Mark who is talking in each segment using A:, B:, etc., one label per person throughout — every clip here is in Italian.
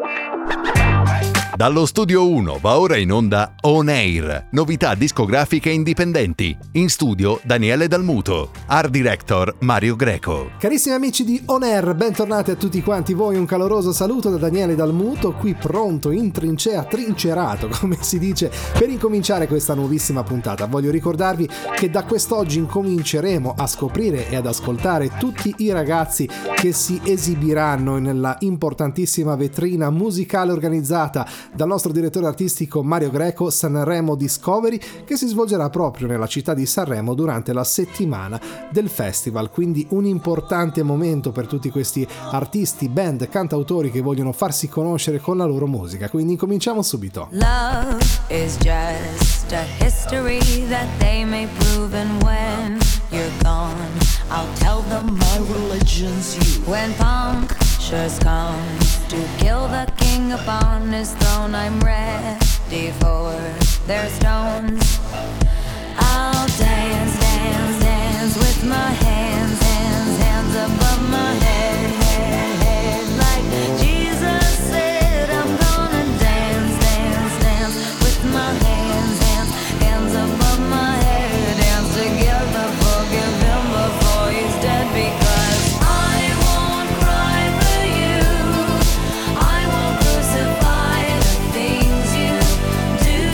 A: Dallo Studio 1 va ora in onda On Air, novità discografiche indipendenti. In studio Daniele Dalmuto, Art Director Mario Greco.
B: Carissimi amici di On Air, bentornati a tutti quanti voi, un caloroso saluto da Daniele Dalmuto, qui pronto, in trincea, trincerato, come si dice, per incominciare questa nuovissima puntata. Voglio ricordarvi che da quest'oggi incominceremo a scoprire e ad ascoltare tutti i ragazzi che si esibiranno nella importantissima vetrina musicale organizzata dal nostro direttore artistico Mario Greco, Sanremo Discovery, che si svolgerà proprio nella città di Sanremo durante la settimana del festival. Quindi un importante momento per tutti questi artisti, band, cantautori che vogliono farsi conoscere con la loro musica. Quindi incominciamo subito.
C: Love is just a history that they may prove, and when you're gone I'll tell them my religion's you. When punctures come to kill the king upon his throne, I'm ready for their stones. I'll dance, dance, dance with my hands, hands, hands above my head, head, head. Like Jesus said, I'm gonna dance, dance, dance with my hands, hands, hands above my head. Dance together, forgive him before he's dead, because I won't cry for you, I won't crucify the things you do,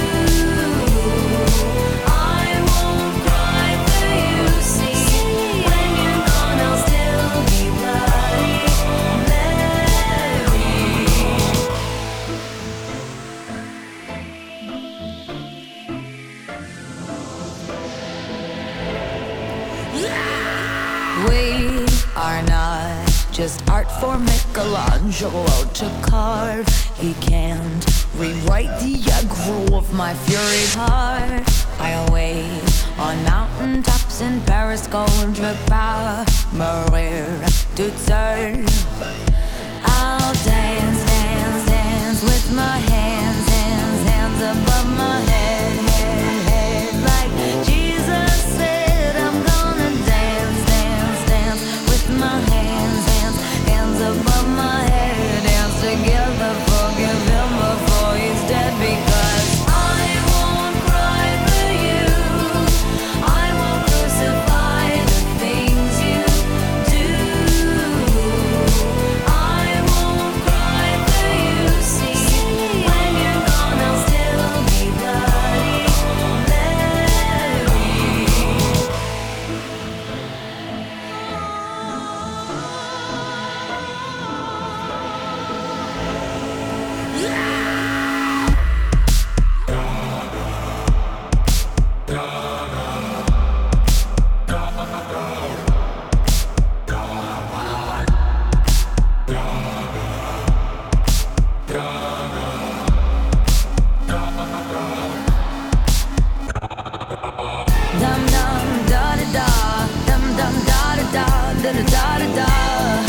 C: I won't cry for you, see, when you're gone I'll still be bloody Mary. We are not just art for Michelangelo to carve. He can't rewrite the aggro of my fury heart. I'll wait on mountain tops in Paris, going to power, Maria to turn. I'll dance, dance, dance with my hands, hands, hands above my head, head, head. Like Jesus said, I'm gonna dance, dance, dance with my hands, hands, hands above my head. Dance together, forgive him before he's dead, because I won't cry for you, I won't crucify the things you do, I won't cry for you, see, when you're gone I'll still be bloody Mary. Dum dum da da da, dum dum da da da, da da da da da.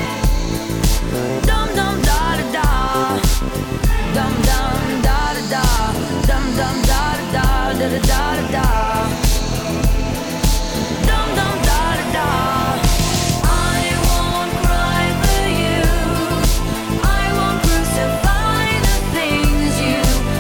C: Dum dum da da da, dum dum da da da, dum dum da da da, da da da da. Dum dum da da da. I won't cry for you, I won't crucify the things you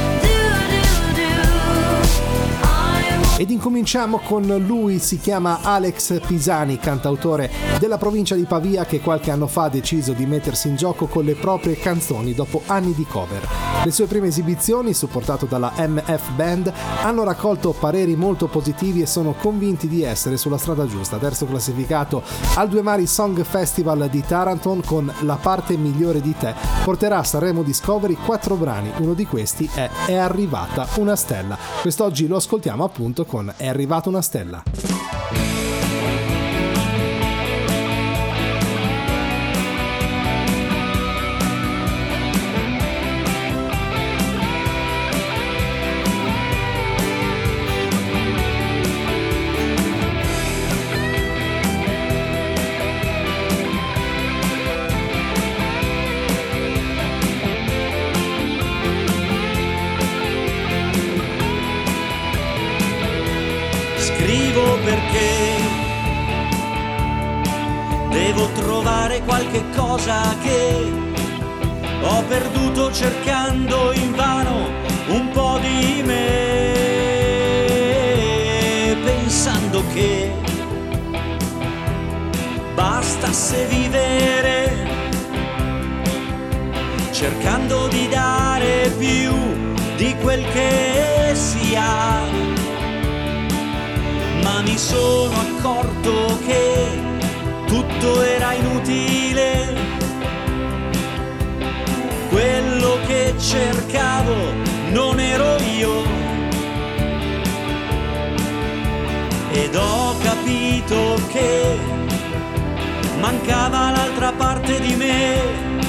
C: do. I won't.
B: Ed incominciamo con lui, si chiama Alex Pisani, cantautore della provincia di Pavia, che qualche anno fa ha deciso di mettersi in gioco con le proprie canzoni dopo anni di cover. Le sue prime esibizioni, supportato dalla MF Band, hanno raccolto pareri molto positivi e sono convinti di essere sulla strada giusta. Terzo classificato al Due Mari Song Festival di Taranto con La parte migliore di te, porterà a Sanremo Discovery 4 brani, uno di questi È arrivata una stella. Quest'oggi lo ascoltiamo appunto con È arrivata una stella.
D: Scrivo perché devo trovare qualche cosa che Ho perduto cercando invano un po' di me, pensando che bastasse vivere, cercando di dare più di quel che si ha. Ma mi sono accorto che tutto era inutile, quello che cercavo non ero io, ed ho capito che mancava l'altra parte di me,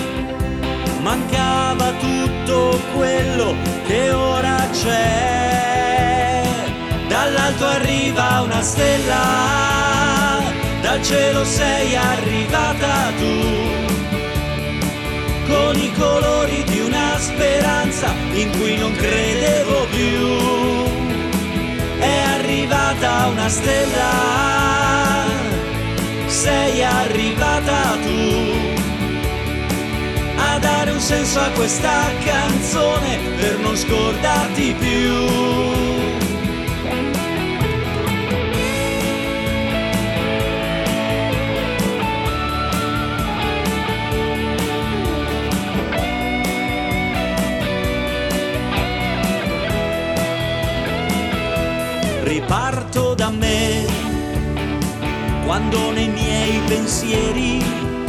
D: mancava tutto quello che ora c'è. Dall'alto arriva una stella, dal cielo sei arrivata tu, con i colori di una speranza in cui non credevo più. È arrivata una stella, sei arrivata tu, a dare un senso a questa canzone per non scordarti più. Riparto da me quando nei miei pensieri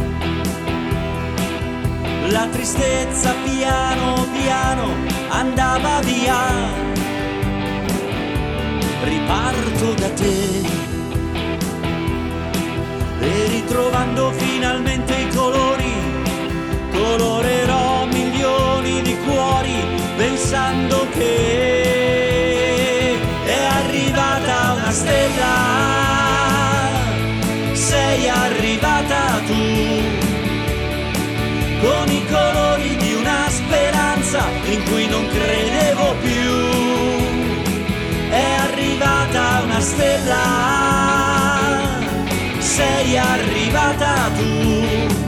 D: la tristezza piano piano andava via. Riparto da te e ritrovando finalmente i colori, colorerò milioni di cuori pensando che è arrivata una stella, sei arrivata tu, con i colori di una speranza in cui non credevo più. È arrivata una stella, sei arrivata tu,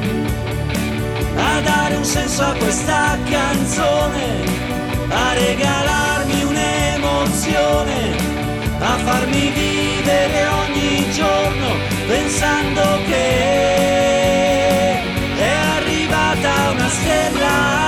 D: a dare un senso a questa canzone, a regalarmi un'emozione, a farmi vivere ogni giorno pensando che è arrivata una stella.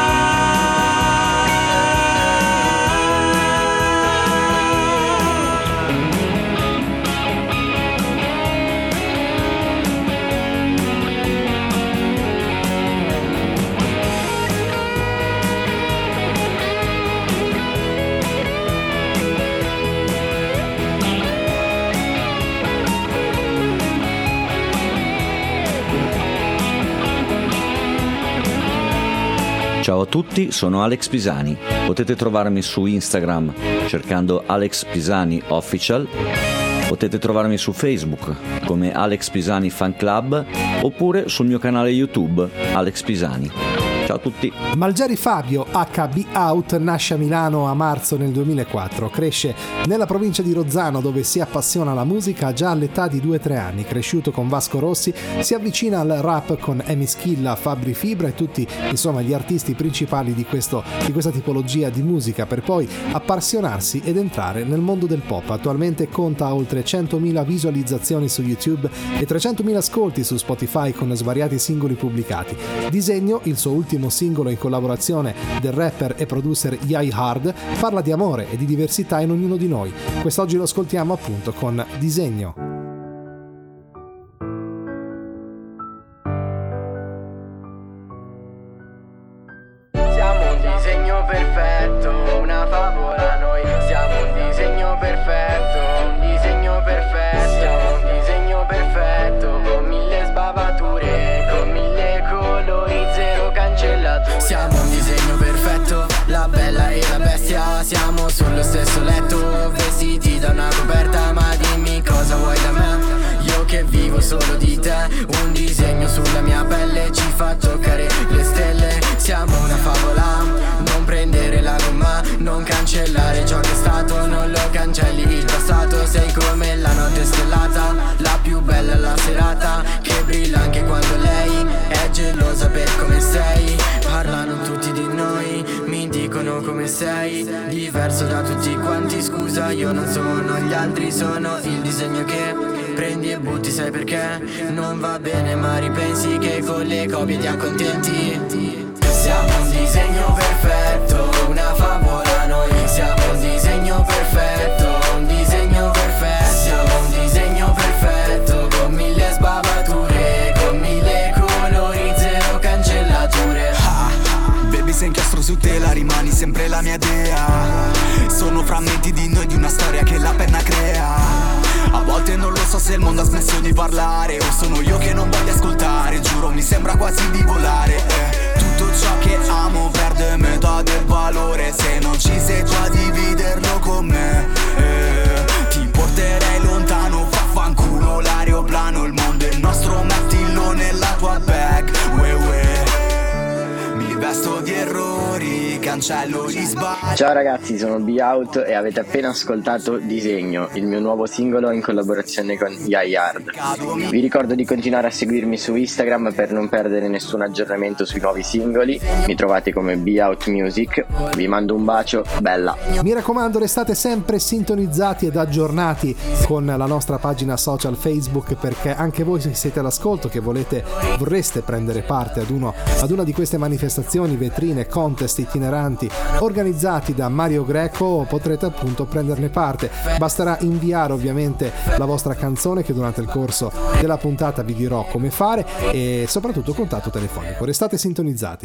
E: Ciao a tutti, sono Alex Pisani. Potete trovarmi su Instagram cercando Alex Pisani Official. Potete trovarmi su Facebook come Alex Pisani Fan Club oppure sul mio canale YouTube Alex Pisani. Ciao a tutti.
B: Malgeri Fabio, HB Out, nasce a Milano a marzo nel 2004. Cresce nella provincia di Rozzano, dove si appassiona alla musica già all'età di 2-3 anni. Cresciuto con Vasco Rossi, si avvicina al rap con Emi Schilla, Fabri Fibra e tutti, insomma, gli artisti principali di questa tipologia di musica, per poi appassionarsi ed entrare nel mondo del pop. Attualmente conta oltre 100.000 visualizzazioni su YouTube e 300.000 ascolti su Spotify con svariati singoli pubblicati. Disegno, il suo ultimo singolo in collaborazione del rapper e producer Yai Hard, parla di amore e di diversità in ognuno di noi. Quest'oggi lo ascoltiamo appunto con Disegno.
F: Siamo un disegno perfetto, una favola noi. Siamo un disegno perfetto, un disegno perfetto. Siamo un disegno perfetto, con 1000 sbavature, con 1000 colori, zero cancellature. Siamo un disegno perfetto, la bella e la bestia. Siamo sullo stesso letto, vestiti da una coperta. Ma dimmi cosa vuoi da me, io che vivo solo di te. Un disegno sulla mia pelle ci fa toccare le stelle. Siamo una favola, non prendere la gomma, non cancellare ciò che è stato, non lo cancelli il passato. Sei come la notte stellata, la più bella la serata, che brilla anche quando lei è gelosa per come sei. parlano tutti di noi, mi dicono come sei, diverso da tutti quanti. Scusa, io non sono gli altri, sono il disegno che prendi e butti, sai perché? Non va bene ma ripensi che con le copie ti accontenti. Siamo un disegno perfetto, una favola noi. Siamo un disegno perfetto, un disegno perfetto. Siamo un disegno perfetto, con 1000 sbavature, con 1000 colori, 0 cancellature.
G: Baby, sei inchiostro su tela, rimani sempre la mia dea. Sono frammenti di noi, di una storia che la penna crea. A volte non lo so se il mondo ha smesso di parlare, o sono io che non voglio ascoltare. Giuro, mi sembra quasi di volare. Tutto ciò che amo perde metà del valore se non ci sei tu a dividerlo con me. Ti porterei lontano, vaffanculo l'aeroplano. Il mondo è nostro, mettilo nella tua bag. Mi vesto di errori, cancello gli sbagli.
F: Ciao ragazzi, sono B-Out e avete appena ascoltato Disegno, il mio nuovo singolo in collaborazione con Yayard. Vi ricordo di continuare a seguirmi su Instagram per non perdere nessun aggiornamento sui nuovi singoli. Mi trovate come B-Out Music. Vi mando un bacio, bella.
B: Mi raccomando, restate sempre sintonizzati ed aggiornati con la nostra pagina social Facebook, perché anche voi, se siete all'ascolto, che vorreste prendere parte ad una di queste manifestazioni, vetrine, contest itineranti organizzati da Mario Greco, potrete appunto prenderne parte. Basterà inviare ovviamente la vostra canzone, che durante il corso della puntata vi dirò come fare, e soprattutto contatto telefonico. Restate sintonizzati.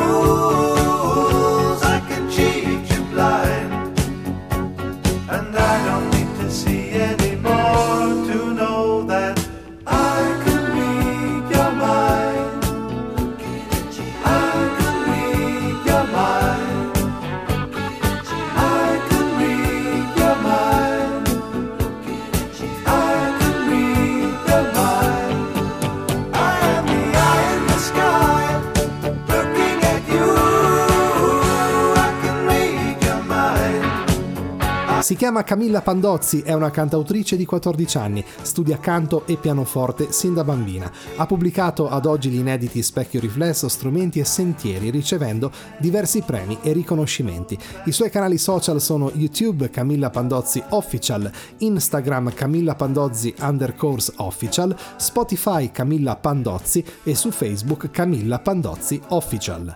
H: And
B: Si chiama Camilla Pandozzi, è una cantautrice di 14 anni, studia canto e pianoforte sin da bambina. Ha pubblicato ad oggi gli inediti Specchio Riflesso, Strumenti e Sentieri, ricevendo diversi premi e riconoscimenti. I suoi canali social sono YouTube Camilla Pandozzi Official, Instagram Camilla Pandozzi _official, Spotify Camilla Pandozzi e su Facebook Camilla Pandozzi Official.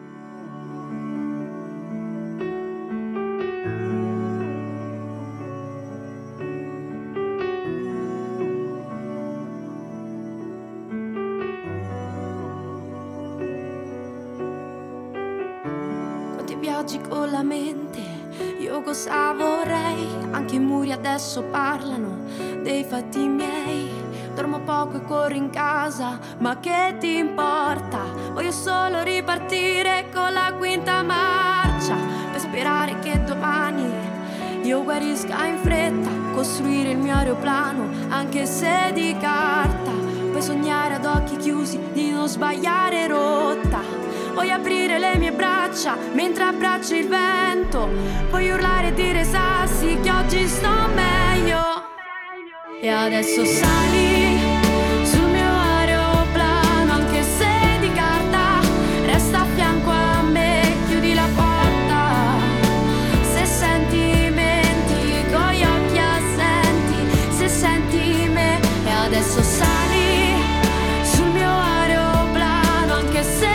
H: Viaggi con la mente, io cosa vorrei? Anche i muri adesso parlano dei fatti miei. Dormo poco e corro in casa, ma che ti importa? Voglio solo ripartire con la quinta marcia, per sperare che domani io guarisca in fretta, costruire il mio aeroplano, anche se di carta. Puoi sognare ad occhi chiusi di non sbagliare rotta. Voglio aprire le mie braccia mentre abbraccio il vento. Voglio urlare e dire sassi che oggi sto meglio. E adesso sali sul mio aeroplano, anche se di carta, resta a fianco a me, chiudi la porta. Se sentimenti con gli occhi assenti, se senti me. E adesso sali sul mio aeroplano, anche se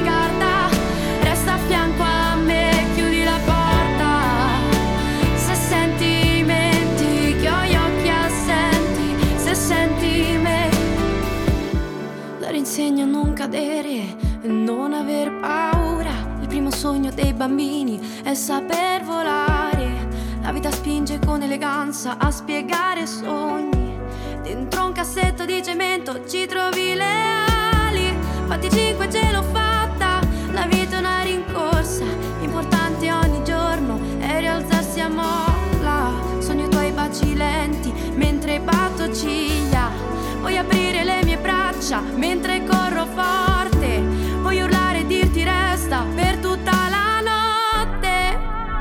H: insegno a non cadere e non aver paura. Il primo sogno dei bambini è saper volare. La vita spinge con eleganza a spiegare sogni. Dentro un cassetto di cemento ci trovi le ali. Fatti 5 ce l'ho fatta, la vita è una rincorsa. Importante ogni giorno è rialzarsi a molla. Sogno i tuoi baci lenti mentre batto ciglia. Voglio aprire le mie braccia mentre corro forte. Voglio urlare e dirti resta per tutta la notte.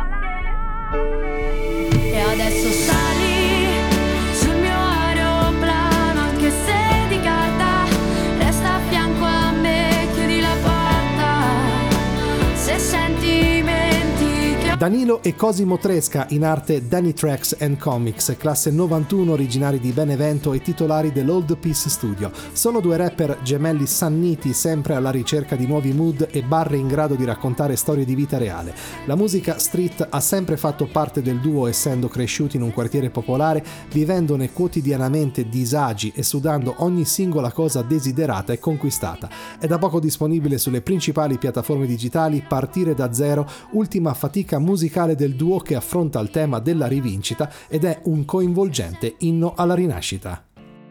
H: E adesso sali sul mio aeroplano, anche se di carta, resta a fianco a me, chiudi la porta. Se sentimenti che...
B: Danilo e Cosimo Tresca, in arte Danny Tracks and Comics, classe 91, originari di Benevento e titolari dell'Old Peace Studio. Sono due rapper gemelli sanniti, sempre alla ricerca di nuovi mood e barre in grado di raccontare storie di vita reale. La musica street ha sempre fatto parte del duo, essendo cresciuti in un quartiere popolare, vivendone quotidianamente disagi e sudando ogni singola cosa desiderata e conquistata. È da poco disponibile sulle principali piattaforme digitali Partire da zero, ultima fatica musicale del duo che affronta il tema della rivincita ed è un coinvolgente inno alla rinascita.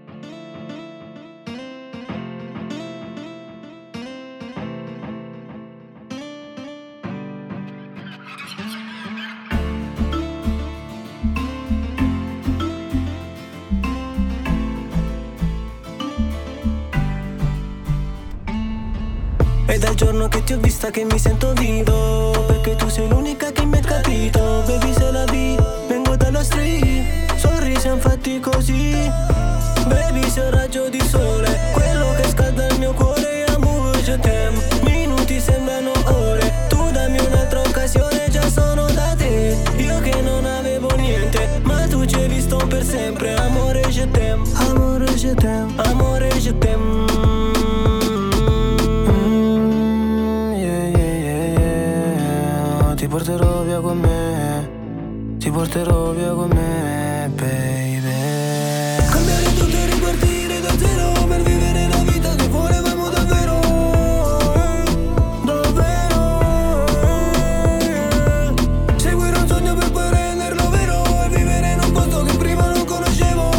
I: È dal giorno che ti ho vista che mi sento vivo, perché tu sei l'unica che mi ha capito. Baby, se la vi, vengo dalla street, sorrisi fatti così. Baby, sei un raggio di sole, quello che scalda il mio cuore. Amour, je t'aime, minuti sembrano ore. Tu dammi un'altra occasione, già sono da te. Io che non avevo niente, ma tu ci hai visto per sempre. Amore, je t'aime, amore, je t'aime, amore, je t'aime. Ti porterò via con me, ti porterò via con me, baby. Cambiare tutto e ripartire da zero, per vivere la vita che volevamo davvero. Davvero. Seguire un sogno per poi renderlo vero, e vivere in un posto che prima non conoscevo.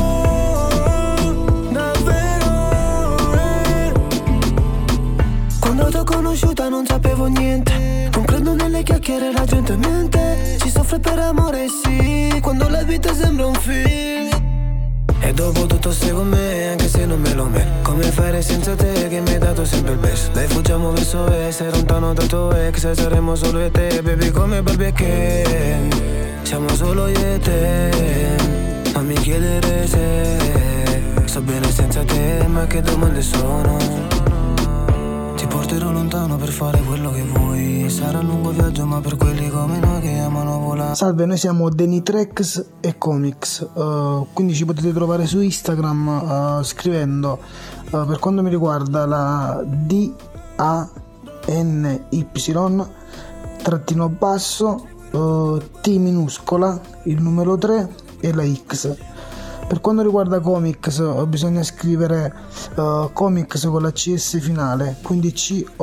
I: Davvero. Quando t'ho conosciuta non sapevo niente, non credo nelle chiacchiere, la gente mente. Si soffre per amore, sì, quando la vita sembra un film. E dopo tutto stai con me, anche se non me lo merito. Come fare senza te che mi hai dato sempre il best? Dai, fuggiamo verso est, sei lontano dal tuo ex, saremo solo io e te, baby, come Barbie e Ken. siamo solo io e te. Non mi chiedere se sto bene senza te, ma che domande sono? Ti porterò lontano per fare quello che vuoi. Sarà un lungo viaggio, ma per quelli come noi che amano volare.
J: Salve, noi siamo Denitrix e Comics, quindi ci potete trovare su Instagram scrivendo per quanto mi riguarda la DANY T minuscola, il numero 3 e la X. Per quanto riguarda Comics bisogna scrivere Comics con la CS finale, quindi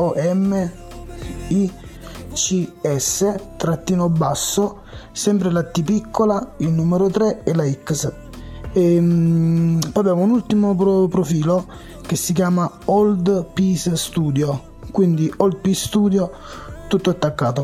J: COMICS _ sempre la T piccola, il numero 3 e la X. E poi abbiamo un ultimo profilo che si chiama Old Peace Studio, quindi Old Peace Studio tutto attaccato.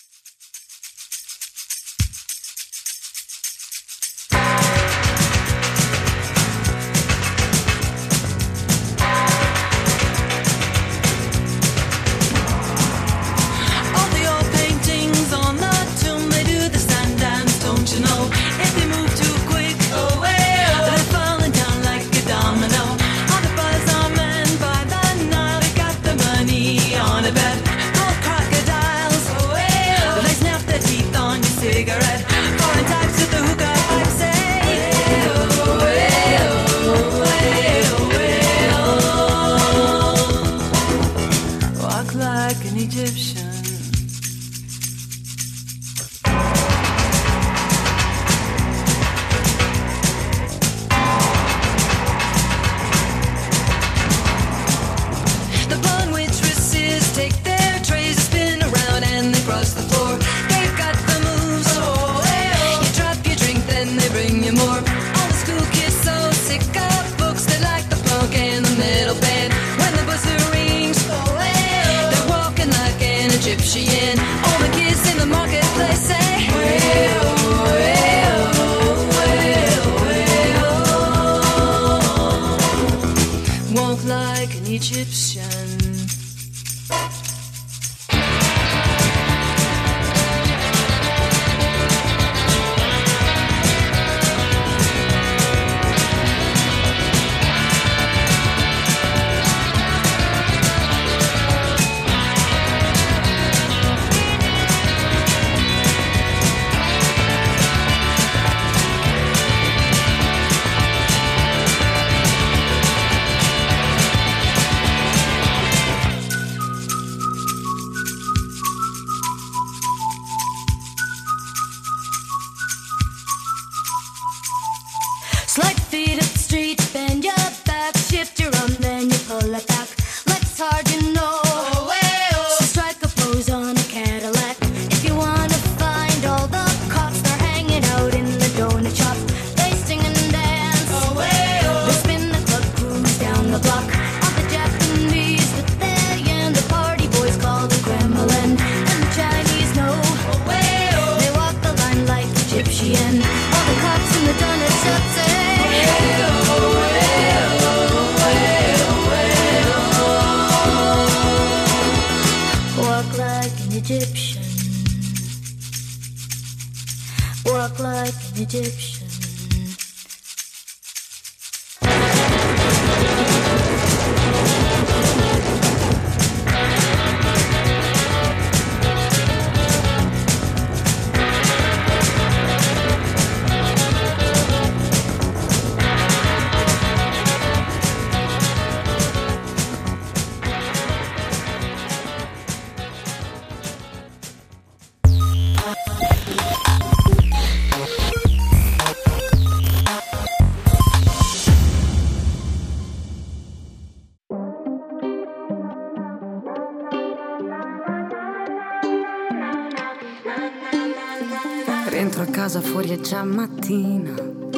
K: Rientro a casa, fuori è già mattina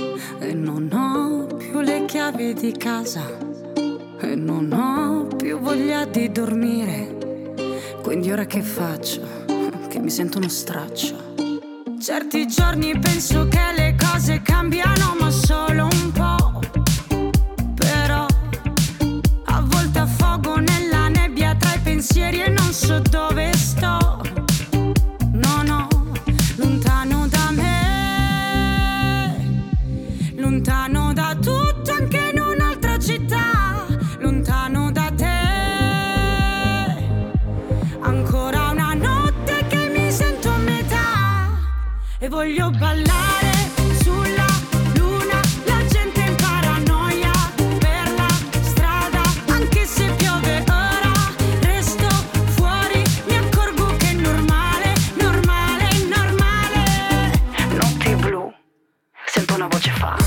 K: e non ho più le chiavi di casa e non ho più voglia di dormire. Quindi ora che faccio? Che mi sento uno straccio. Certi giorni penso che le cose cambiano, ma solo un po'. Però a volte affogo nella nebbia tra i pensieri e non so dove sto. No, no, lontano da me. e voglio ballare sulla luna, la gente in paranoia per la strada, anche se piove ora resto fuori, mi accorgo che è normale, normale, normale. Notti blu, sento una voce fa.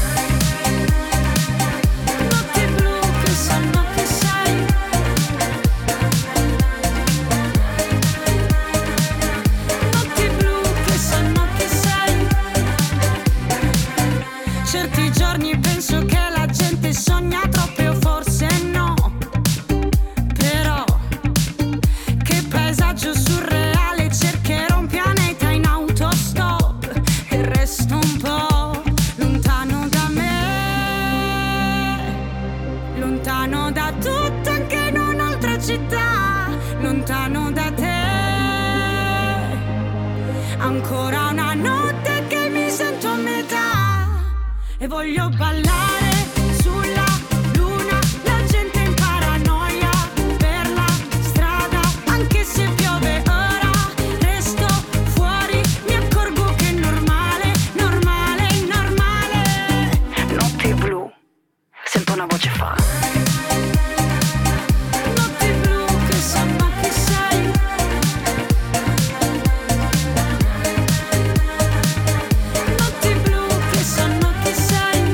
K: Notti blu che sanno che sei. Notti blu che sanno che sei. Certi giorni penso che la gente sogna troppo, o forse no. Però che paesaggio surreale, cercherò un pianeta in autostop e resto un po' lontano da me, lontano da tutto, anche in un'altra città, lontano da te. Ancora una notte che mi sento a metà e voglio ballare sulla luna, la gente in paranoia per la strada, anche se piove ora resto fuori, mi accorgo che è normale, normale, normale. Notti blu, sento una voce fa. Notti blu che sanno che sei. Notti blu che sanno che sei.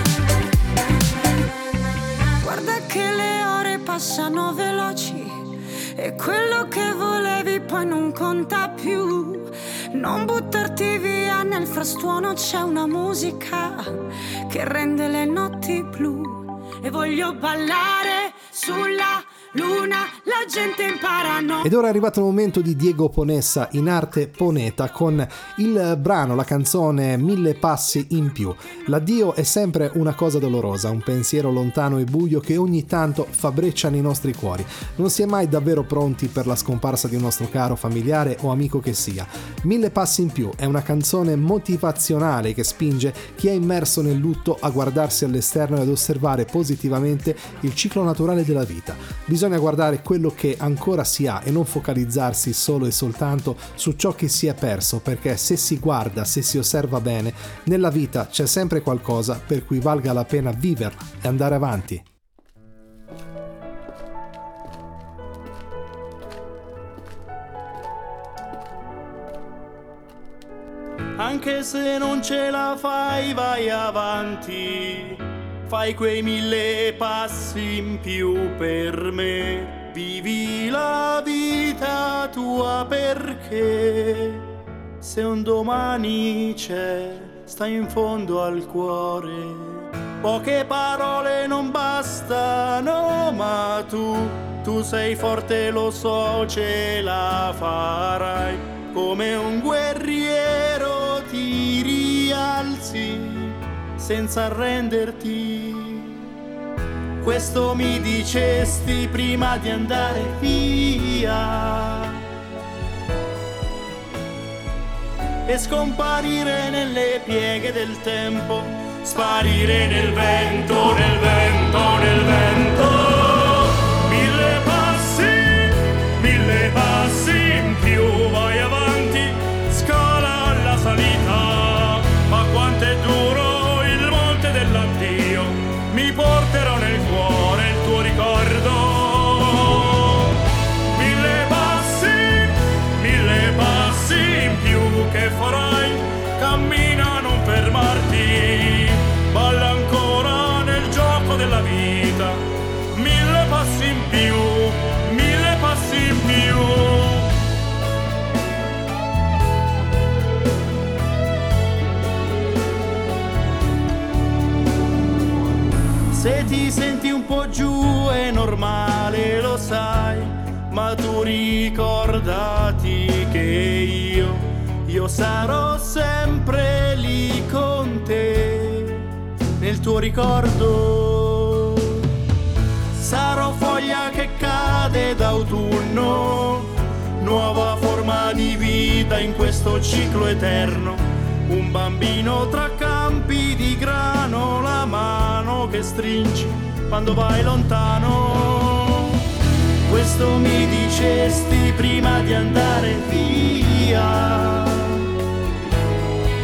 K: Guarda che le ore passano veloci e quello che volevi poi non conta più. Non buttarti via, nel frastuono c'è una musica che rende le notti blu. E voglio ballare sulla luna, la gente in paranoia.
B: Ed ora è arrivato il momento di Diego Ponessa, in arte Poneta, con il brano, la canzone 1000 passi in più. L'addio è sempre una cosa dolorosa, un pensiero lontano e buio che ogni tanto fa breccia nei nostri cuori. Non si è mai davvero pronti per la scomparsa di un nostro caro familiare o amico che sia. 1000 passi in più è una canzone motivazionale che spinge chi è immerso nel lutto a guardarsi all'esterno e ad osservare positivamente il ciclo naturale della vita. Bisogna guardare quello che ancora si ha e non focalizzarsi solo e soltanto su ciò che si è perso, perché se si guarda, se si osserva bene, nella vita c'è sempre qualcosa per cui valga la pena viverla e andare avanti.
D: Anche se non ce la fai, vai avanti. Fai quei 1000 passi in più per me. Vivi la vita tua perché se un domani c'è, sta in fondo al cuore. Poche parole non bastano, ma tu sei forte, lo so, ce la farai. Come un guerriero ti rialzi senza arrenderti. Questo mi dicesti prima di andare via e scomparire nelle pieghe del tempo, sparire nel vento, nel vento, nel vento. 1000 passi in più, vai avanti, scala la salita, ma quanto è duro dell'addio, mi porterò nel cuore il tuo ricordo. 1000 passi in più che farai, cammina, non fermarti, balla ancora nel gioco della vita. 1000 passi in più, 1000 passi in più. Se ti senti un po' giù è normale, lo sai, ma tu ricordati che io sarò sempre lì con te, nel tuo ricordo. Sarò foglia che cade d'autunno, nuova forma di vita in questo ciclo eterno. Un bambino tra campi di grano, la mano che stringi quando vai lontano. Questo mi dicesti prima di andare via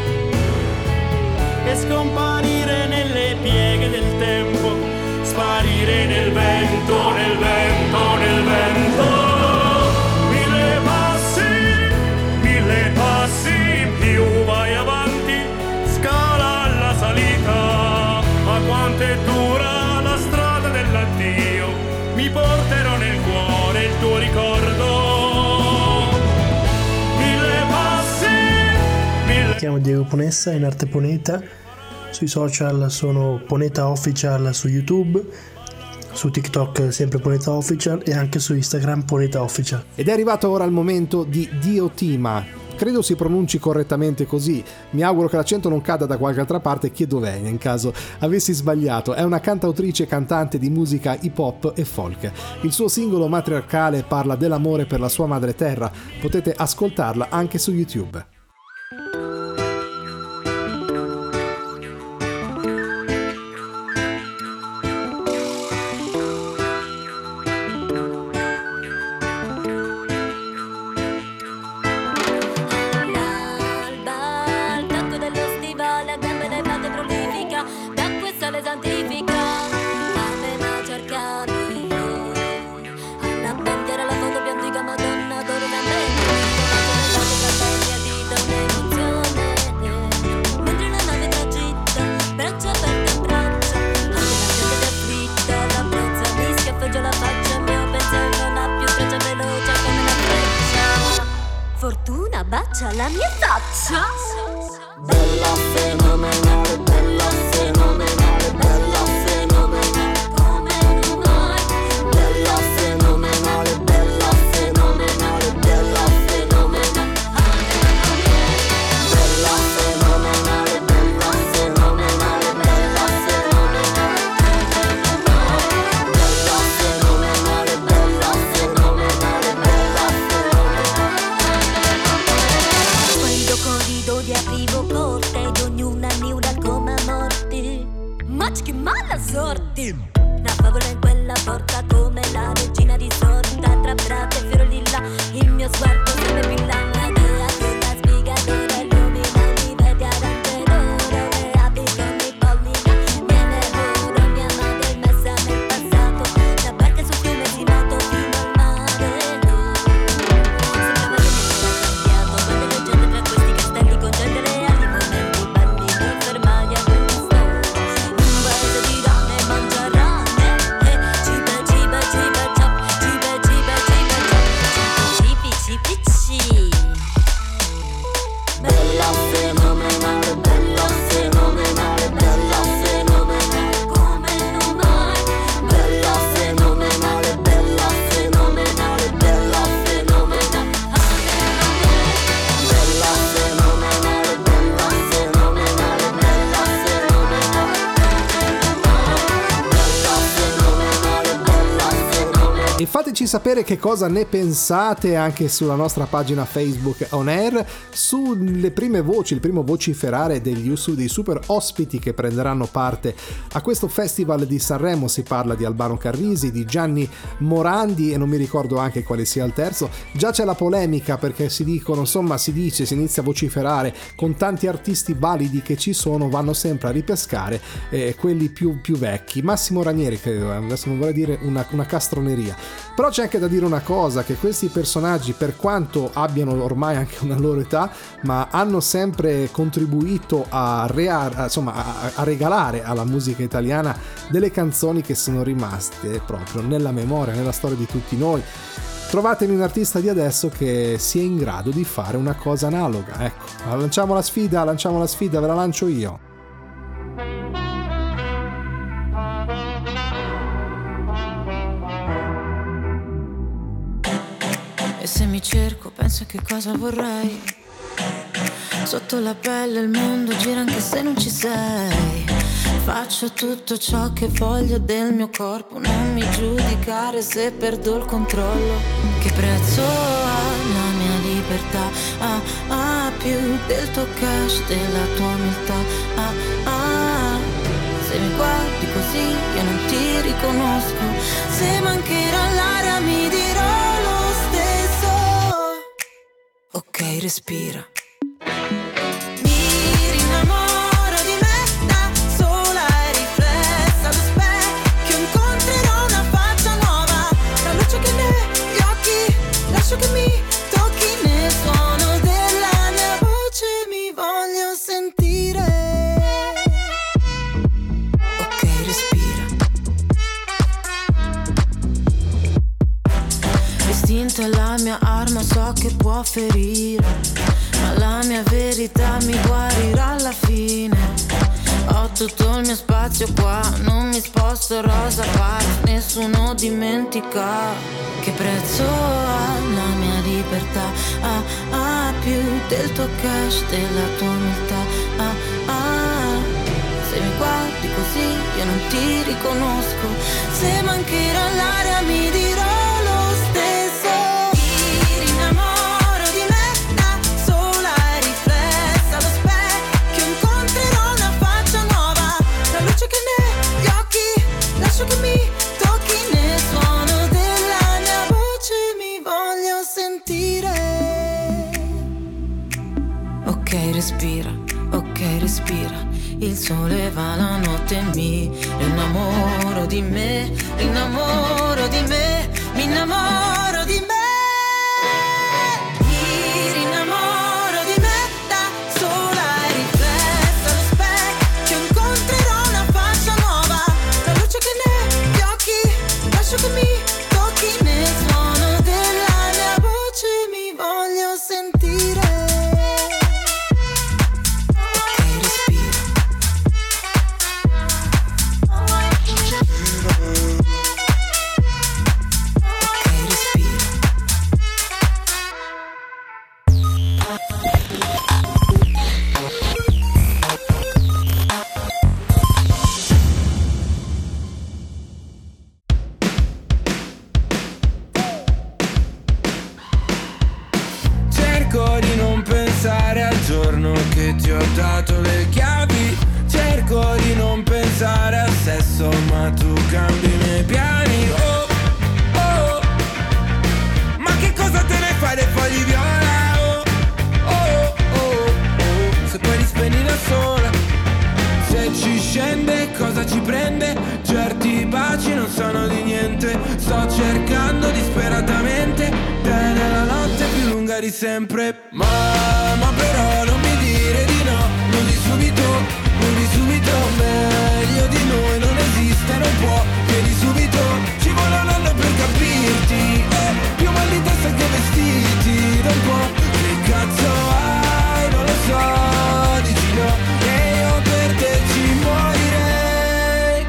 L: chiamo Diego Ponessa, in arte Poneta. Sui social sono Poneta Official su YouTube, su TikTok sempre Poneta Official e anche su Instagram Poneta Official.
B: Ed è arrivato ora il momento di Diotima. Credo si pronunci correttamente così, mi auguro che l'accento non cada da qualche altra parte, chiedo venia in caso avessi sbagliato. È una cantautrice e cantante di musica hip hop e folk. Il suo singolo Matriarcale parla dell'amore per la sua madre terra, potete ascoltarla anche su YouTube.
M: Fortuna bacia la mia faccia.
I: Bella fenomenale, bella fenomenale, bella fenomenale, come non hai. Bella fenomenale, bella fenomenale, bella fenomenale, bella fenomenale, bella fenomenale, bella fenomenale, bella fenomenale, bella fenomenale, bella
M: Corrido di aprivo corte ed ognuna niura come morti. Ma che mala sorte! Una favola in quella porta come la regina risorta. Tra braccia e fiori lilla il mio sguardo sempre brilla. Una dea che la spiegatore illumina. Mi vede arante d'oro e abito nei pollina. Viene oro, mia madre messa nel passato. La barca sul fiume si nuoto fino al mare. Sembrava che mi era cambiato quando leggendo tra questi castelli con gente reali, momenti belli per fermare a quel storia. Un paese di donne mangia rane, cibe, cibe, cibe, ciap, cibe, cibe, cibe, ciap, cibi, cibi, cibi.
I: bella fenomenale, bella fenomenale, bella fenomenale,
M: Come non mai.
I: bella fenomenale, bella fenomenale, bella fenomenale, bella fenomenale, bella fenomenale, bella fenomenale, bella fenomenale, bella fenomenale.
B: E fateci sapere che cosa ne pensate anche sulla nostra pagina Facebook On Air, sulle prime voci, il primo vociferare dei super ospiti che prenderanno parte a questo festival di Sanremo. Si parla di Albano Carrisi, di Gianni Morandi e non mi ricordo anche quale sia il terzo. Già c'è la polemica perché si dicono, insomma si inizia a vociferare con tanti artisti validi che ci sono, vanno sempre a ripescare quelli più vecchi. Massimo Ranieri credo, adesso non vorrei dire una castroneria. Però c'è anche da dire una cosa, che questi personaggi, per quanto abbiano ormai anche una loro età, ma hanno sempre contribuito a regalare alla musica italiana delle canzoni che sono rimaste proprio nella memoria, nella storia di tutti noi. Trovatemi un artista di adesso che sia in grado di fare una cosa analoga. Ecco, lanciamo la sfida, ve la lancio io.
K: E se mi cerco, penso a che cosa vorrei. Sotto la pelle il mondo gira anche se non ci sei. Faccio tutto ciò che voglio del mio corpo. Non mi giudicare se perdo il controllo. Che prezzo ha la mia libertà? Più del tuo cash, della tua umiltà. Se mi guardi così io non ti riconosco. Se mancherà l'aria mi dirò lo stesso. Ok, respira. Mi rinnamoro di me da sola e riflessa allo specchio. Incontrerò una faccia nuova. La luce che negli occhi, lascio che mi tocchi nel suono della mia voce. Mi voglio sentire. Ok, respira. L'istinto è la mia arma, so che può ferire, ma la mia verità mi guarda
N: tutto il mio spazio qua, non mi sposto, rosa pari, nessuno dimentica che prezzo ha la mia libertà, più del tuo cash, della tua umiltà, se mi guardi così io non ti riconosco, se mancherà l'aria mi dirò lo stesso. Mi rinnamoro di me da sola e riflessa allo specchio, incontrerò una faccia nuova, la luce che negli occhi, lascio che mi tocchi, nel suono della mia voce mi voglio sentire. Ok, respira, il sole va la notte, mi innamoro di me, mi innamoro di me. Mi rinnamoro di me da sola e riflessa allo specchio, incontrerò una faccia nuova, la luce che negli occhi, lascio che mi tocchi, nel suono della mia voce mi voglio sentire.
O: Cerco di non pensare al giorno che ti ho dato le chiavi, cerco di non pensare al sesso, ma tu cambi i miei piani. Oh, oh, ma che cosa te ne fai dei fogli viola? Oh, oh, oh, oh, se poi li spegni da sola, se ci scende cosa ci prende? Certi baci non sono di niente, sto cercando disperatamente te nella notte più lunga di sempre. Ma però non mi dire di no, non di subito, meglio di noi non esiste, non può, chiedi subito, ci vuole un anno per capirti, più mal di testa che vestiti, da un po', che cazzo hai, non lo so, dici no, e io per te ci morirei.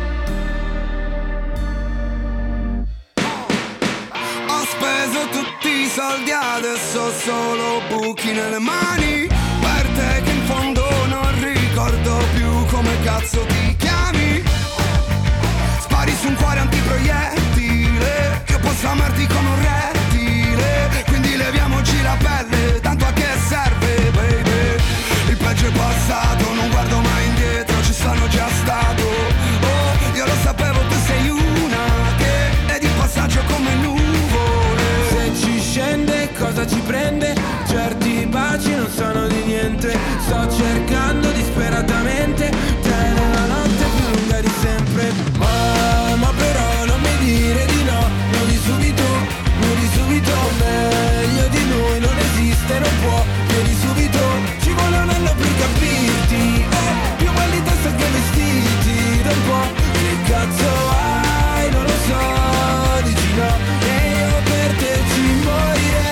P: Ho speso tutti i soldi, adesso solo buchi nelle mani, per te che in fondo non ricordo più come cazzo ti chiami. Spari su un cuore antiproiettile, io posso amarti come un rettile, quindi leviamoci la pelle, tanto a che serve, baby. Il peggio è passato, non guardo mai indietro, ci sono già stato. Oh, io lo sapevo, tu sei una che è di passaggio come nuvole.
O: Se ci scende cosa ci prende? Certi baci non sono di niente, sto cercando disperatamente te nella notte più lunga di sempre. Ma però non mi dire di no, non di subito, meglio di noi non esiste, non può, chiedi subito, ci vuole un anno per capirti, più mal di testa che vestiti, da un po', che cazzo hai, non lo so, dici no, e io per te ci morirei.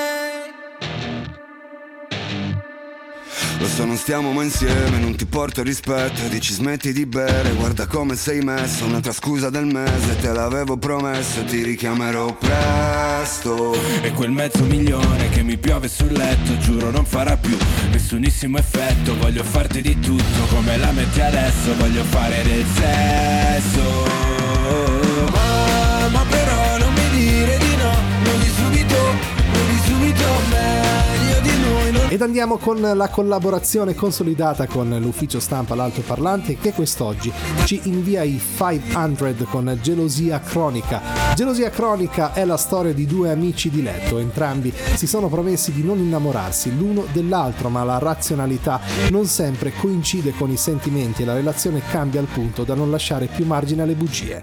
P: Lo so non stiamo mai insieme, non ti porto rispetto, dici smetti di bere, guarda come sei messo, un'altra scusa del mese, te l'avevo promesso, ti richiamerò presto.
O: E quel $500,000 che mi piove sul letto, giuro non farà più nessunissimo effetto, voglio farti di tutto come la metti adesso, voglio fare del sesso. Ma però non mi dire di no, non di subito, meglio di noi non...
B: Ed andiamo con la collaborazione consolidata con l'ufficio stampa L'Altoparlante, che quest'oggi ci invia i 500 con Gelosia Cronica. Gelosia Cronica è la storia di due amici di letto, entrambi si sono promessi di non innamorarsi l'uno dell'altro, ma la razionalità non sempre coincide con i sentimenti e la relazione cambia al punto da non lasciare più margine alle bugie.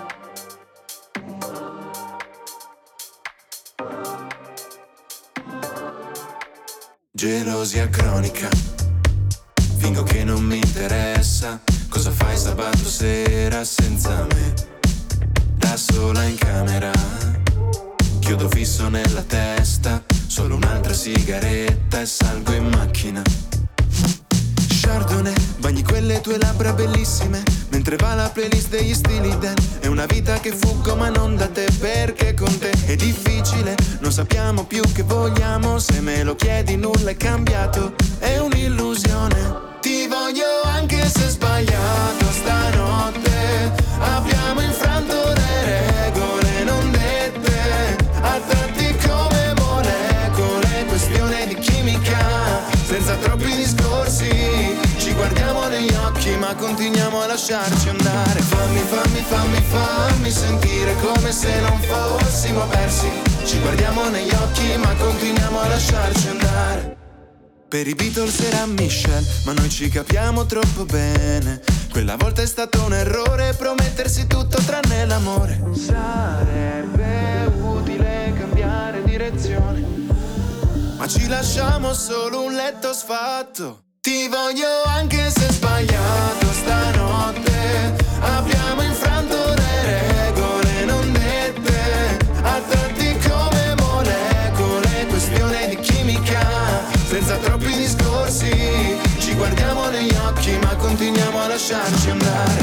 Q: Gelosia cronica, fingo che non mi interessa. Cosa fai sabato sera senza me? Da sola in camera, chiodo fisso nella testa, solo un'altra sigaretta e salgo in macchina. Chardonnay, bagni quelle le tue labbra bellissime, mentre va la playlist degli stili Dan. È una vita che fuggo ma non da te, perché con te è difficile. Non sappiamo più che vogliamo, se me lo chiedi nulla è cambiato, è un'illusione. Ti voglio anche se sbagliato stanotte, abbiamo infranto le regole non dette, a tratti come molecole, questione di chimica, senza troppi discorsi, ci guardiamo negli occhi ma continuiamo a lasciarci andare. Fammi sentire come se non fossimo persi, ci guardiamo negli occhi ma continuiamo a lasciarci andare. Per i Beatles era Michelle, ma noi ci capiamo troppo bene. Quella volta è stato un errore promettersi tutto tranne l'amore. Sarebbe utile cambiare direzione, ma ci lasciamo solo un letto sfatto. Ti voglio anche se sbagliato stanotte, abbiamo infranto le regole non dette, a tratti come molecole, questione di chimica, senza troppi discorsi, ci guardiamo negli occhi ma continuiamo a lasciarci andare.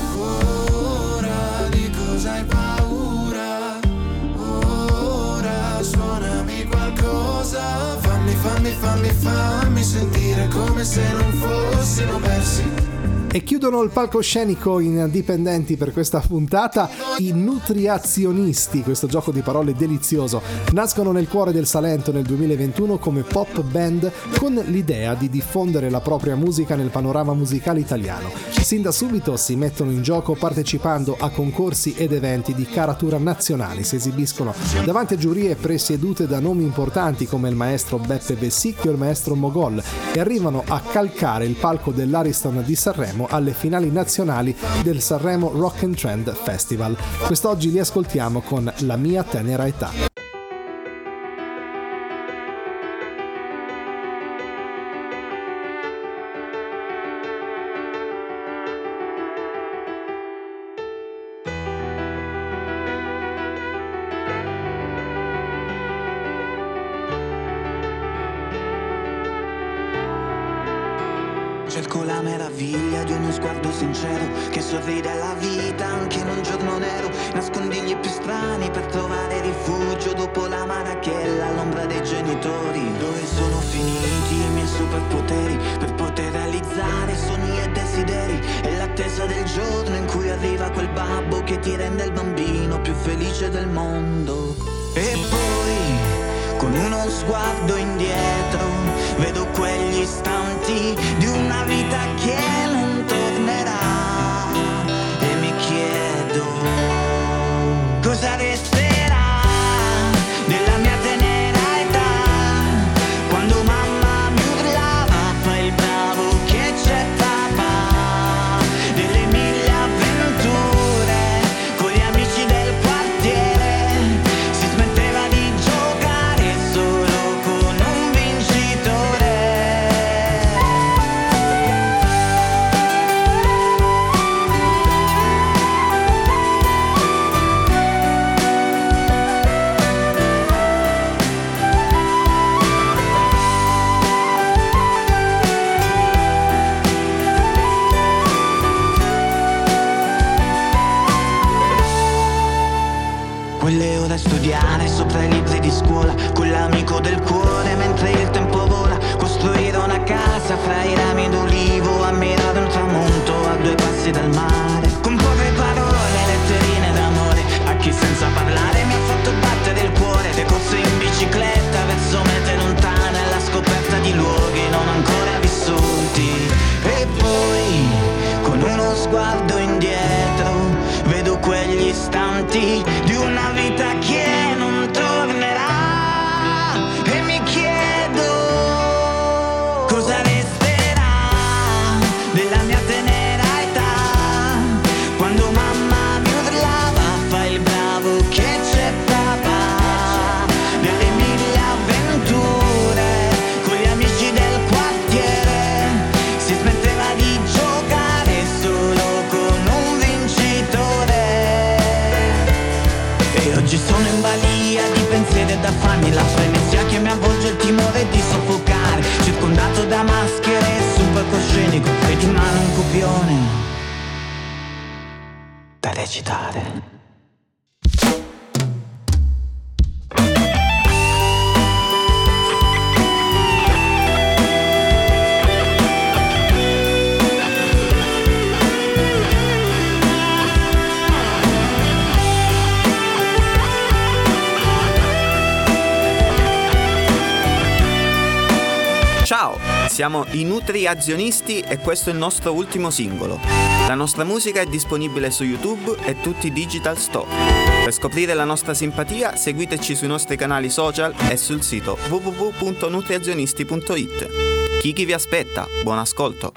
Q: Ora di cosa hai paura? Ora suonami qualcosa, fammi sentire come se non fossimo persi.
B: E chiudono il palcoscenico indipendenti per questa puntata i Nutriazionisti, questo gioco di parole delizioso. Nascono nel cuore del Salento nel 2021 come pop band con l'idea di diffondere la propria musica nel panorama musicale italiano. Sin da subito si mettono in gioco partecipando a concorsi ed eventi di caratura nazionali, si esibiscono davanti a giurie presiedute da nomi importanti come il maestro Beppe Vessicchio e il maestro Mogol e arrivano a calcare il palco dell'Ariston di Sanremo alle finali nazionali del Sanremo Rock and Trend Festival. Quest'oggi li ascoltiamo con La mia tenera età.
R: Cerco la meraviglia di uno sguardo sincero che sorride alla vita anche in un giorno nero. Nascondigli più strani per trovare rifugio dopo la marachella all'ombra dei genitori. Dove sono finiti i miei superpoteri per poter realizzare sogni e desideri? È l'attesa del giorno in cui arriva quel babbo che ti rende il bambino più felice del mondo. E poi con uno sguardo indietro vedo quegli istanti di una vita che non tornerà e mi chiedo cosa resterà della mia tenera età, quando mamma mi urlava fai il bravo che c'è papà, delle mille avventure con gli amici del quartiere, si smetteva di giocare solo con un vincitore. Quelle ore a studiare sopra i libri di scuola con l'amico del cuore mentre il tempo vola, costruire una casa fra i rami d'olivo, ammirare un tramonto a 2 passi dal mare, comporre parole, letterine d'amore a chi senza parlare mi ha fatto battere il cuore, le corse in bicicletta verso mete lontane alla scoperta di luoghi non ancora vissuti. E poi con uno sguardo indietro vedo quegli istanti di una vita che non tornerà e mi chiedo cosa resterà della mia tenera età, quando mamma mi urlava fai il bravo che c'è papà, delle mille avventure con gli amici del quartiere, si smetteva di giocare solo con un vincitore. E oggi sono in balia di pensieri e da farmi la frenezia che mi avvolge il timore di soffocare, circondato da massa recitare.
S: Ciao, siamo i Nutriazionisti e questo è il nostro ultimo singolo. La nostra musica è disponibile su YouTube e tutti i digital store. Per scoprire la nostra simpatia seguiteci sui nostri canali social e sul sito www.nutriazionisti.it. Kiki vi aspetta, buon ascolto!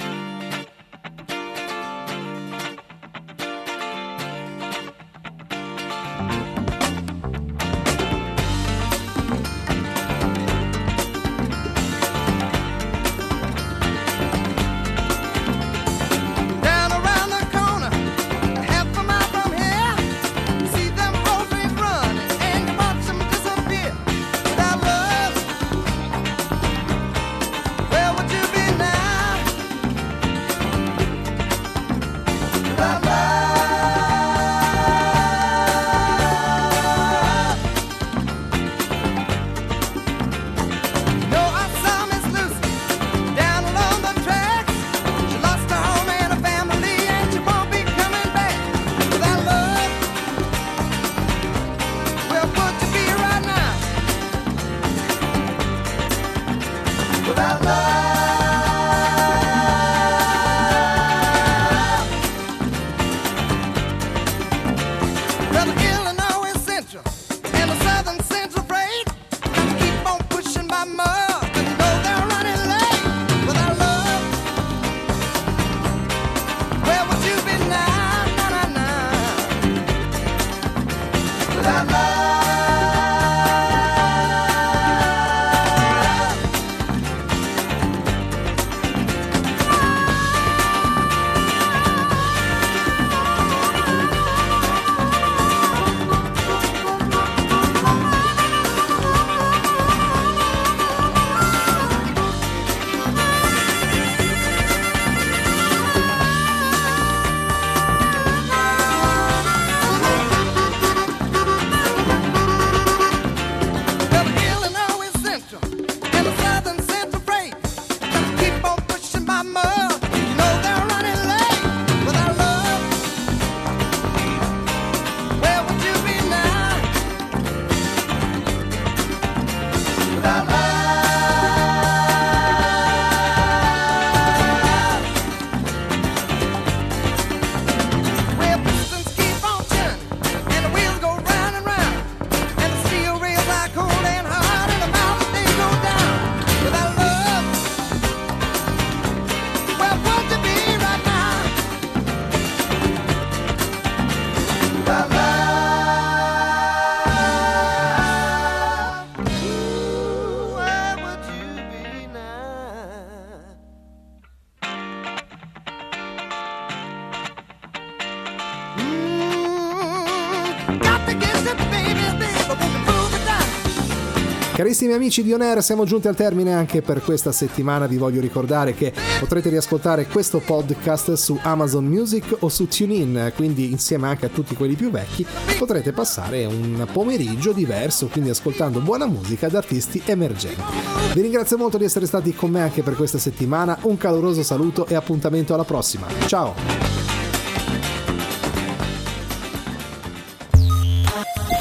B: Carissimi amici di On Air, siamo giunti al termine anche per questa settimana. Vi voglio ricordare che potrete riascoltare questo podcast su Amazon Music o su TuneIn, quindi insieme anche a tutti quelli più vecchi potrete passare un pomeriggio diverso, quindi ascoltando buona musica da artisti emergenti. Vi ringrazio molto di essere stati con me anche per questa settimana, un caloroso saluto e appuntamento alla prossima. Ciao!